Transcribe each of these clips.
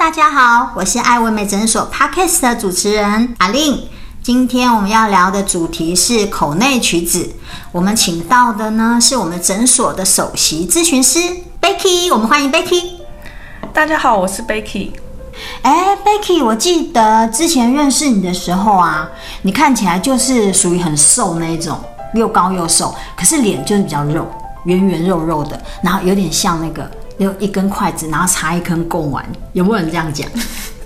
大家好，我是爱惟美诊所 Podcast 的主持人阿令。今天我们要聊的主题是口内龋子，我们请到的呢是我们诊所的首席咨询师 Becky， 我们欢迎 Becky。 大家好，我是 Becky。 Becky， 我记得之前认识你的时候啊，你看起来就是属于很瘦那一种，又高又瘦，可是脸就是比较肉，圆圆肉肉的，然后有点像那个有一根筷子，然后插一根贡丸，有没有人这样讲？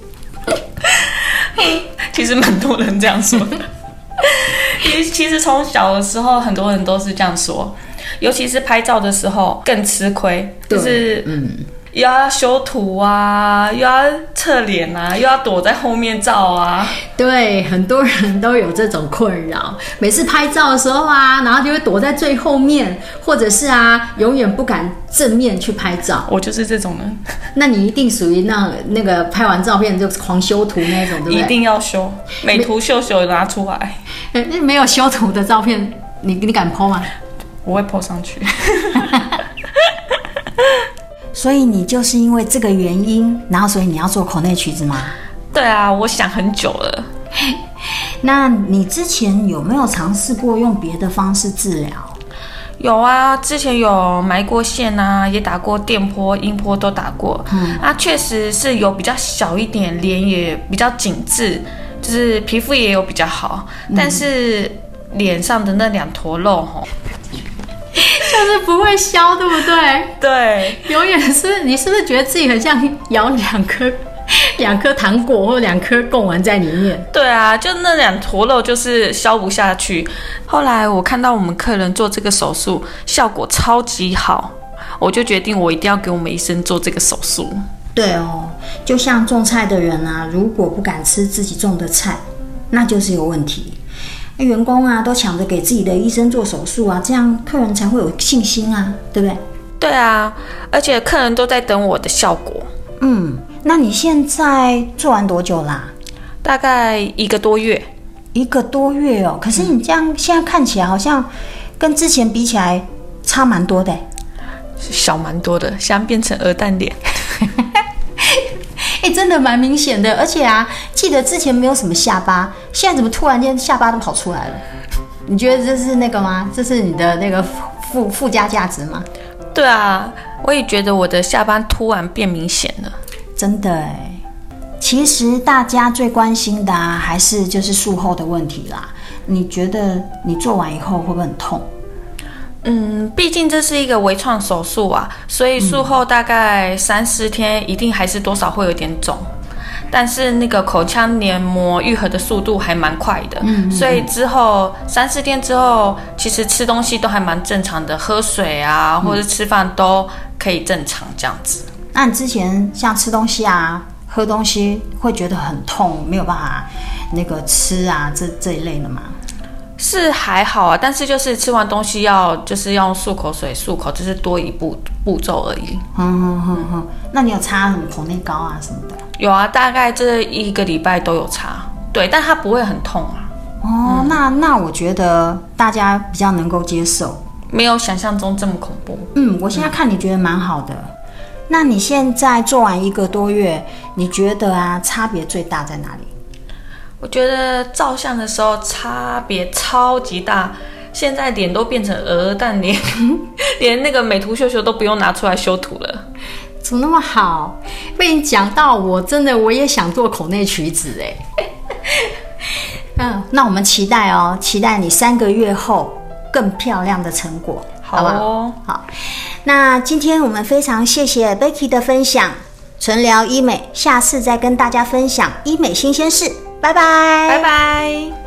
其实蛮多人这样说的。其实从小的时候，很多人都是这样说，尤其是拍照的时候更吃亏，就是又要修图啊，又要侧脸啊，又要躲在后面照啊。 对，很多人都有这种困扰。每次拍照的时候啊，然后就会躲在最后面，或者是永远不敢正面去拍照。 我就是这种人。 那你一定属于那个拍完照片就狂修图那种，对不对？ 一定要修，美图秀秀拿出来。 没有修图的照片，你敢 po 吗？ 我会 po 上去。 所以你就是因为这个原因，然后所以你要做口内龋子吗？ 对啊，我想很久了。 那你之前有没有尝试过用别的方式治疗？ 有啊，之前有埋过线啊，也打过电波、音波都打过。确实是有比较小一点，脸也比较紧致，就是皮肤也有比较好，但是脸上的那两坨肉就是不会消，对不对？ 对， 永远你是不是觉得自己很像咬两颗糖果或2颗贡丸在里面？ 对啊，就那两坨肉就是消不下去。后来我看到我们客人做这个手术，效果超级好，我就决定我一定要给我们医生做这个手术。 对哦，就像种菜的人啊，如果不敢吃自己种的菜，那就是有问题。员工啊都抢着给自己的医生做手术啊，这样客人才会有信心啊，对不对？ 对啊，而且客人都在等我的效果。 那你现在做完多久啦？ 大概1个多月。 1个多月哦，可是你这样现在看起来好像跟之前比起来差蛮多的。 小蛮多的，现在变成鹅蛋脸。 真的蛮明显的，而且记得之前没有什么下巴，现在怎么突然间下巴都跑出来了？你觉得这是那个吗？这是你的那个附加价值吗？ 对啊，我也觉得我的下巴突然变明显了。 真的耶。其实大家最关心的还是就是术后的问题啦。你觉得你做完以后会不会很痛？ 毕竟这是一个微创手术啊，所以术后大概3-4天一定还是多少会有点肿，但是那个口腔黏膜愈合的速度还蛮快的，所以之后3-4天之后，其实吃东西都还蛮正常的，喝水啊或者吃饭都可以正常这样子。 那你之前像吃东西喝东西会觉得很痛，没有办法那个吃这一类的吗？ 是还好啊，但是就是吃完东西就是要用漱口水漱口，就是多一步骤而已。 那你有擦什么口内膏什么的？ 有啊，大概这1个礼拜都有擦。对，但它不会很痛啊。 那我觉得大家比较能够接受， 没有想象中这么恐怖。 我现在看你觉得蛮好的。那你现在做完1个多月，你觉得差别最大在哪里？ 我觉得照相的时候差别超级大，现在脸都变成鹅蛋脸，连那个美图秀秀都不用拿出来修图了。 怎么那么好？被你讲到我也想做口内龋子那我们期待你3个月后更漂亮的成果，好不好？好。那今天我们非常谢谢 Becky 的分享，纯聊医美，下次再跟大家分享医美新鲜事。拜拜， 拜拜。